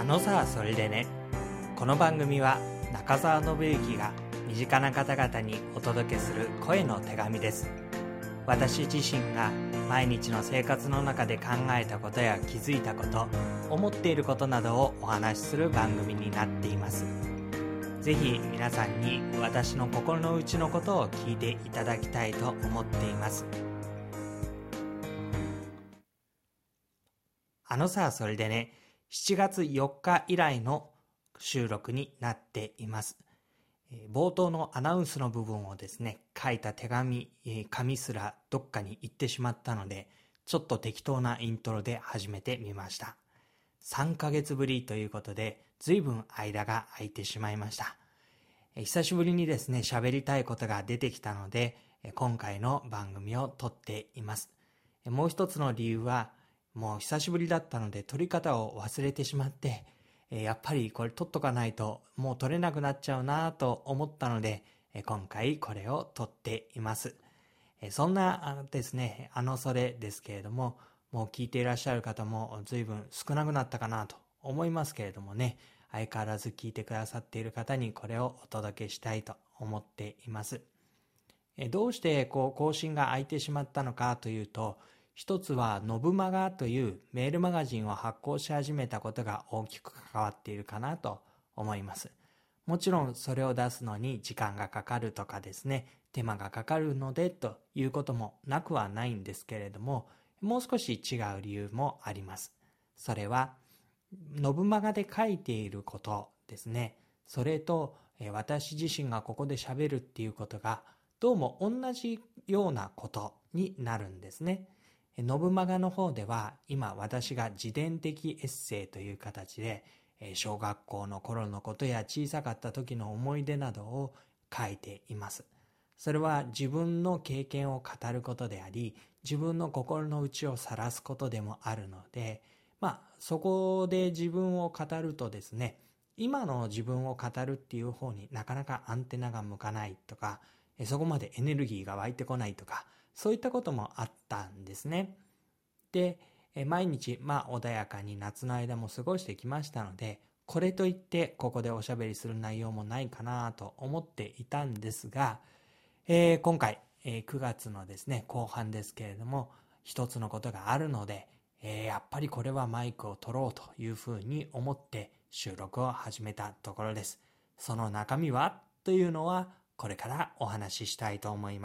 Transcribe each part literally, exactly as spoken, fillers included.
あのさあそれでね。この番組は中澤信之が身近な方々にお届けする声の手紙です。私自身が毎日の生活の中で考えたことや気づいたこと、思っていることなどをお話しする番組になっています。ぜひ皆さんに私の心の内のことを聞いていただきたいと思っています。あのさあそれでね、しちがつよっか以来の収録になっています。冒頭のアナウンスの部分をですね、書いた手紙、紙すらどっかに行ってしまったので、ちょっと適当なイントロで始めてみました。さんかげつぶりということで、ずいぶん間が空いてしまいました。久しぶりにですね、喋りたいことが出てきたので、今回の番組を撮っています。もう一つの理由は、もう久しぶりだったので撮り方を忘れてしまって、やっぱりこれ撮っとかないともう撮れなくなっちゃうなと思ったので、今回これを撮っています。そんなですね、あのそれですけれども、もう聞いていらっしゃる方も随分少なくなったかなと思いますけれどもね、相変わらず聞いてくださっている方にこれをお届けしたいと思っています。どうしてこう更新が空いてしまったのかというと、一つはノブマガというメールマガジンを発行し始めたことが大きく関わっているかなと思います。もちろんそれを出すのに時間がかかるとかですね、手間がかかるのでということもなくはないんですけれども、もう少し違う理由もあります。それはノブマガで書いていることですね。それと私自身がここで喋るっていうことがどうも同じようなことになるんですね。ノブマガの方では今私が自伝的エッセイという形で小学校の頃のことや小さかった時の思い出などを書いています。それは自分の経験を語ることであり、自分の心の内を晒すことでもあるので、まあそこで自分を語るとですね、今の自分を語るっていう方になかなかアンテナが向かないとか、そこまでエネルギーが湧いてこないとか、そういったこともあったんですね。で、毎日まあ穏やかに夏の間も過ごしてきましたので、これといってここでおしゃべりする内容もないかなと思っていたんですが、えー、今回、えー、くがつのですね後半ですけれども、一つのことがあるので、えー、やっぱりこれはマイクを取ろうというふうに思って収録を始めたところです。その中身はというのはこれからお話ししたいと思います。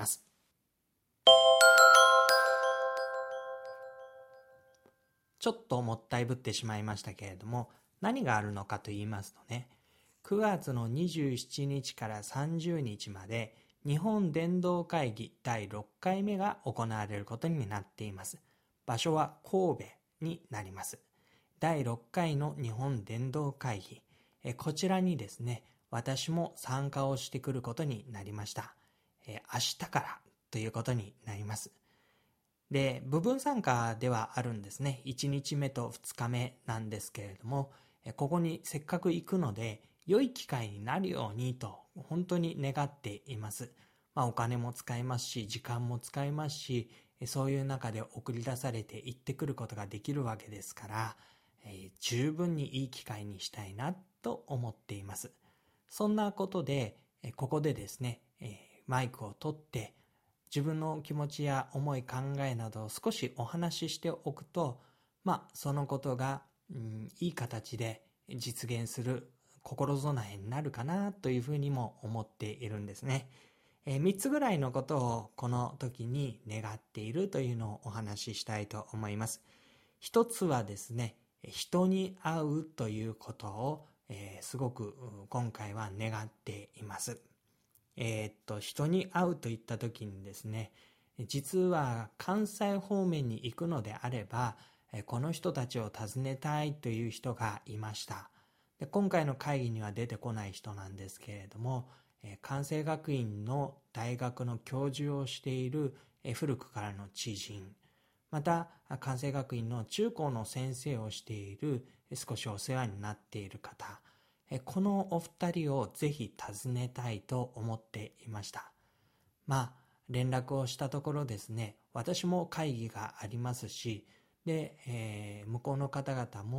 ちょっともったいぶってしまいましたけれども、何があるのかと言いますとね、くがつのにじゅうしちにちからさんじゅうにちまで日本伝道会議だいろっかいめが行われることになっています。場所は神戸になります。だいろっかいの日本伝道会議、えこちらにですね、私も参加をしてくることになりました。え明日からということになります。で、部分参加ではあるんですね。いちにちめとふつかめなんですけれども、ここにせっかく行くので、良い機会になるようにと本当に願っています。まあお金も使いますし、時間も使いますし、そういう中で送り出されて行ってくることができるわけですから、えー、十分にいい機会にしたいなと思っています。そんなことで、ここでですね、えー、マイクを取って、自分の気持ちや思い考えなどを少しお話ししておくと、まあそのことが、うん、いい形で実現する心備えになるかなというふうにも思っているんですね。えー、みっつぐらいのことをこの時に願っているというのをお話ししたいと思います。一つはですね、人に会うということを、えー、すごく今回は願っています。えー、っと人に会うといった時にですね、実は関西方面に行くのであれば、この人たちを訪ねたいという人がいました。で、今回の会議には出てこない人なんですけれども、関西学院の大学の教授をしている古くからの知人、また関西学院の中高の先生をしている少しお世話になっている方、このお二人をぜひ訪ねたいと思っていました。まあ連絡をしたところですね、私も会議がありますし、で、えー、向こうの方々も、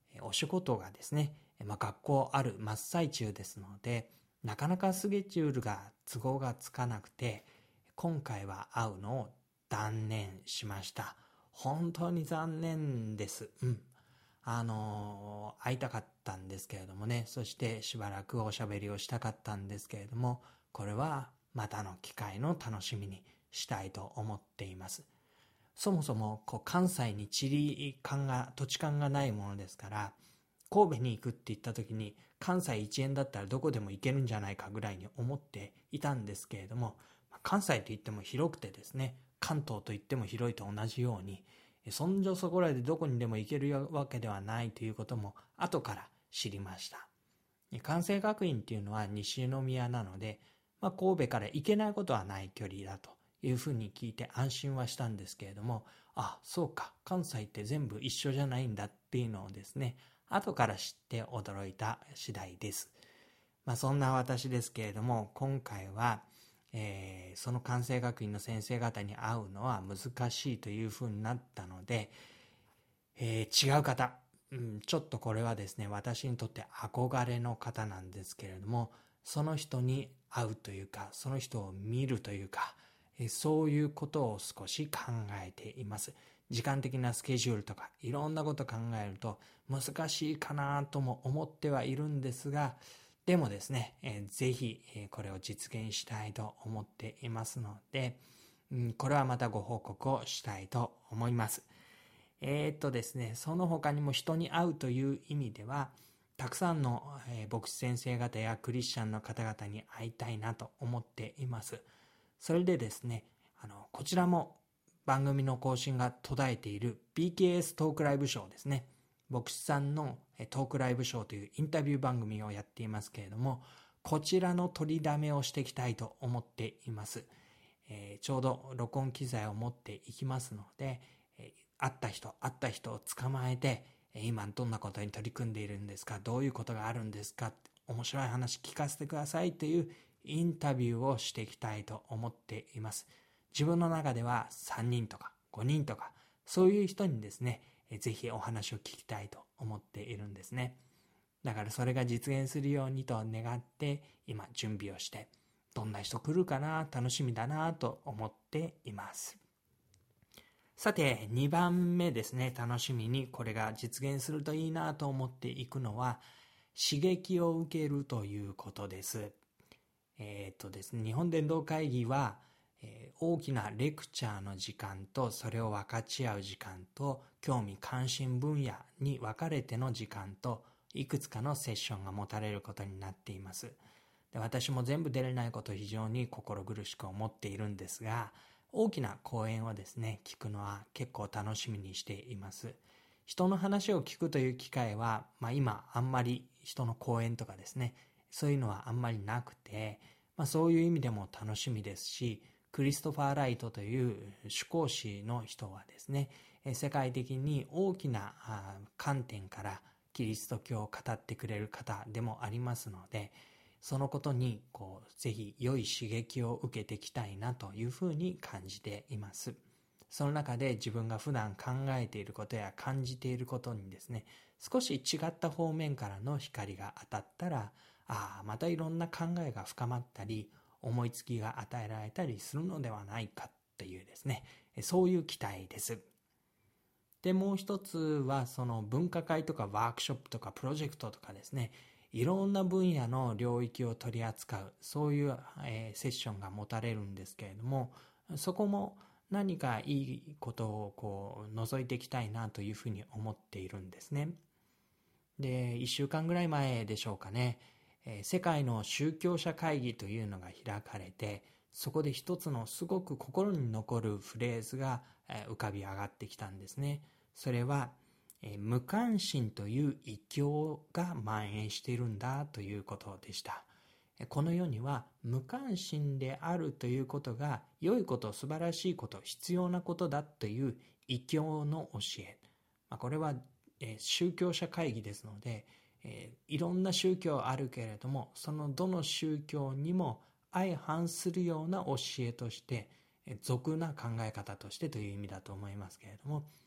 お仕事がですね、まあ、学校ある真っ最中ですので、なかなかスケジュールが都合がつかなくて、今回は会うのを断念しました。本当に残念です。うん。あのー、会いたかったんですけれどもね、そしてしばらくおしゃべりをしたかったんですけれども、これはまたの機会の楽しみにしたいと思っています。そもそもこう関西に地理感が、土地勘がないものですから、神戸に行くって言った時に関西一円だったらどこでも行けるんじゃないかぐらいに思っていたんですけれども、関西といっても広くてですね、関東といっても広いと同じように、そんじょそこらでどこにでも行けるわけではないということも後から知りました。関西学院っていうのは西宮なので、まあ、神戸から行けないことはない距離だというふうに聞いて安心はしたんですけれども、あ、そうか、関西って全部一緒じゃないんだっていうのをですね、後から知って驚いた次第です。まあ、そんな私ですけれども、今回は、えー、その関西学院の先生方に会うのは難しいというふうになったので、えー、違う方、うん、ちょっとこれはですね、私にとって憧れの方なんですけれども、その人に会うというか、その人を見るというか、えー、そういうことを少し考えています。時間的なスケジュールとかいろんなこと考えると難しいかなとも思ってはいるんですが、でもですね、えー、ぜひ、えー、これを実現したいと思っていますので、うん、これはまたご報告をしたいと思います。えー、っとですね、その他にも人に会うという意味では、たくさんの、えー、牧師先生方やクリスチャンの方々に会いたいなと思っています。それでですね、あの、こちらも番組の更新が途絶えている ビーケーエス トークライブショーですね。牧師さんのトークライブショーというインタビュー番組をやっていますけれども、こちらの取りだめをしていきたいと思っています。えー、ちょうど録音機材を持っていきますので、えー、会った人、会った人を捕まえて、今どんなことに取り組んでいるんですか、どういうことがあるんですか、面白い話聞かせてくださいというインタビューをしていきたいと思っています。自分の中ではさんにんとかごにんとか、そういう人にですね、ぜひお話を聞きたいと思っているんですね。だからそれが実現するようにと願って今準備をして、どんな人来るかな、楽しみだなと思っています。さてにばんめですね、楽しみにこれが実現するといいなと思っていくのは、刺激を受けるということです。えっとですね、日本伝道会議はえー、大きなレクチャーの時間とそれを分かち合う時間と興味関心分野に分かれての時間といくつかのセッションが持たれることになっています。で、私も全部出れないことを非常に心苦しく思っているんですが、大きな講演をですね、聞くのは結構楽しみにしています。人の話を聞くという機会は、まあ、今あんまり人の講演とかですね、そういうのはあんまりなくて、まあ、そういう意味でも楽しみですし、クリストファー・ライトという主講師の人はですね、世界的に大きな観点からキリスト教を語ってくれる方でもありますので、そのことにこうぜひ良い刺激を受けていきたいなというふうに感じています。その中で自分が普段考えていることや感じていることにですね、少し違った方面からの光が当たったら、ああ、またいろんな考えが深まったり、思いつきが与えられたりするのではないかというですね、そういう期待です。で、もう一つはその分科会とかワークショップとかプロジェクトとかですね、いろんな分野の領域を取り扱う、そういう、えー、セッションが持たれるんですけれども、そこも何かいいことをこう覗いていきたいなというふうに思っているんですね。で、いっしゅうかんぐらい前でしょうかね、世界の宗教者会議というのが開かれて、そこで一つのすごく心に残るフレーズが浮かび上がってきたんですね。それは無関心という異教が蔓延しているんだということでした。この世には無関心であるということが良いこと、素晴らしいこと、必要なことだという異教の教え。これは宗教者会議ですので、えー、いろんな宗教あるけれども、そのどの宗教にも相反するような教えとして、えー、俗な考え方としてという意味だと思いますけれども、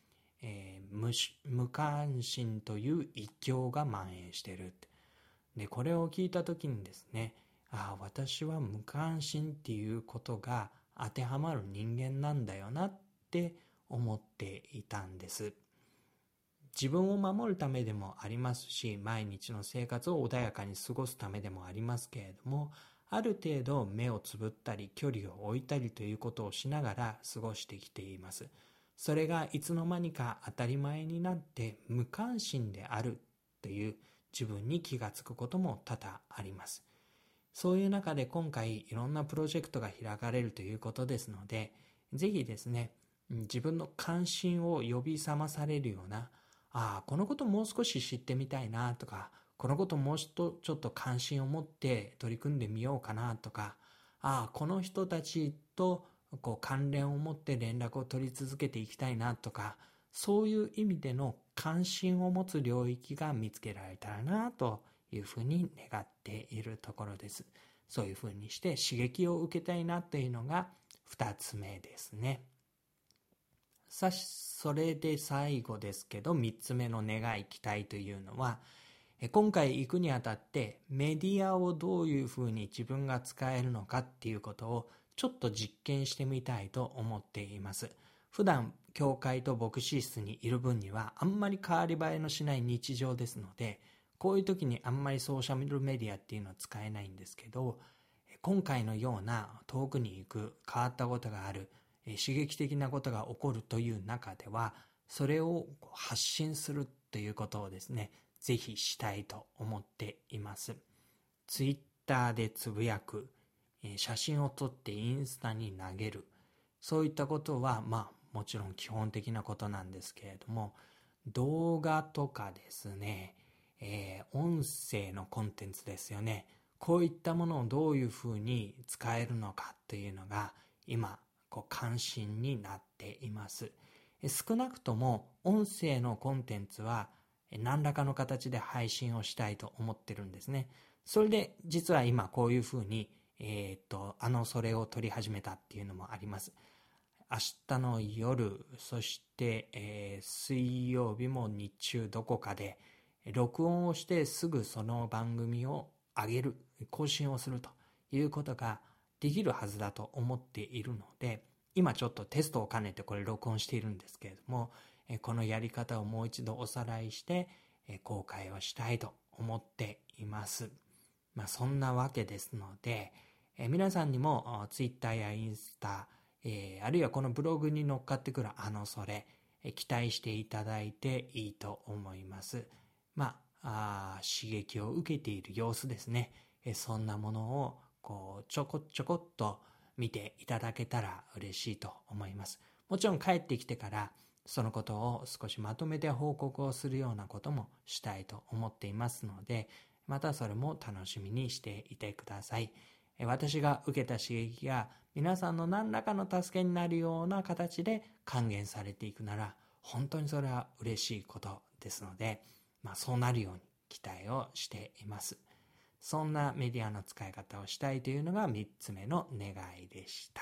えー、無, 無関心という一強が蔓延している。で、これを聞いたときにですね、ああ、私は無関心っていうことが当てはまる人間なんだよなって思っていたんです。自分を守るためでもありますし、毎日の生活を穏やかに過ごすためでもありますけれども、ある程度目をつぶったり距離を置いたりということをしながら過ごしてきています。それがいつの間にか当たり前になって無関心であるという自分に気がつくことも多々あります。そういう中で今回いろんなプロジェクトが開かれるということですので、ぜひですね、自分の関心を呼び覚まされるような、ああ、このこともう少し知ってみたいなとか、このこともうちょっと関心を持って取り組んでみようかなとか、ああ、この人たちとこう関連を持って連絡を取り続けていきたいなとか、そういう意味での関心を持つ領域が見つけられたらなというふうに願っているところです。そういうふうにして刺激を受けたいなというのが二つ目ですね。さそれで最後ですけど、三つ目の願い期待というのは、今回行くにあたってメディアをどういうふうに自分が使えるのかっていうことをちょっと実験してみたいと思っています。普段教会と牧師室にいる分にはあんまり変わり映えのしない日常ですので、こういう時にあんまりソーシャルメディアっていうのは使えないんですけど、今回のような遠くに行く変わったことがある、刺激的なことが起こるという中では、それを発信するということをですね、ぜひしたいと思っています。ツイッターでつぶやく、写真を撮ってインスタに投げる、そういったことはまあもちろん基本的なことなんですけれども、動画とかですね、えー、音声のコンテンツですよね。こういったものをどういうふうに使えるのかというのが今こう関心になっています。少なくとも音声のコンテンツは何らかの形で配信をしたいと思ってるんですね。それで実は今こういうふうに、えー、っとあのそれを撮り始めたっていうのもあります。明日の夜、そして、えー、水曜日も日中どこかで録音をしてすぐその番組を上げる、更新をするということができるはずだと思っているので、今ちょっとテストを兼ねてこれ録音しているんですけれども、このやり方をもう一度おさらいして公開をしたいと思っています。まあそんなわけですので、皆さんにもツイッターやインスタ、あるいはこのブログに乗っかってくるあのそれ、期待していただいていいと思います。まあ、あ刺激を受けている様子ですね。そんなものをこうちょこちょこっと見ていただけたら嬉しいと思います。もちろん帰ってきてからそのことを少しまとめて報告をするようなこともしたいと思っていますので、またそれも楽しみにしていてください。私が受けた刺激が皆さんの何らかの助けになるような形で還元されていくなら、本当にそれは嬉しいことですので、まあ、そうなるように期待をしています。そんなメディアの使い方をしたいというのがみっつめの願いでした。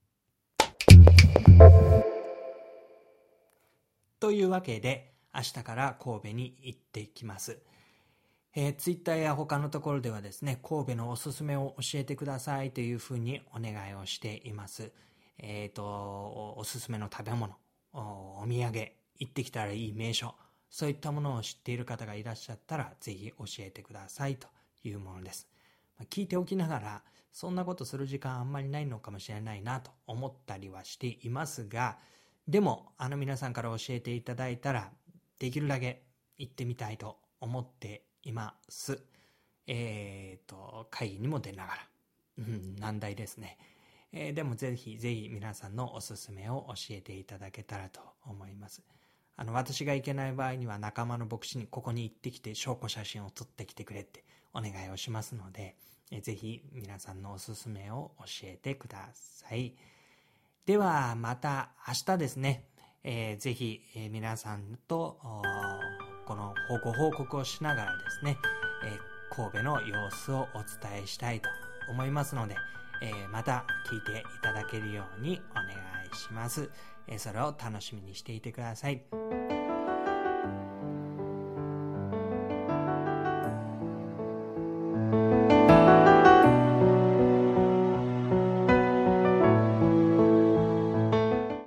というわけで、明日から神戸に行ってきます。えー、ツイッターや他のところではですね、神戸のおすすめを教えてくださいというふうにお願いをしています。えっと、おすすめの食べ物、お、お土産、行ってきたらいい名所、そういったものを知っている方がいらっしゃったら、ぜひ教えてくださいというものです。聞いておきながら、そんなことする時間あんまりないのかもしれないなと思ったりはしていますが、でも、あの皆さんから教えていただいたら、できるだけ行ってみたいと思っています。えーと、会議にも出ながら、うん、難題ですね。えー、でもぜひぜひ皆さんのおすすめを教えていただけたらと思います。あの、私が行けない場合には仲間の牧師にここに行ってきて証拠写真を撮ってきてくれってお願いをしますので、えー、ぜひ皆さんのおすすめを教えてください。ではまた明日ですね、えー、ぜひ、えー、皆さんとこのご報告をしながらですね、えー、神戸の様子をお伝えしたいと思いますので、えー、また聞いていただけるようにお願いします。 それを楽しみにしていてください。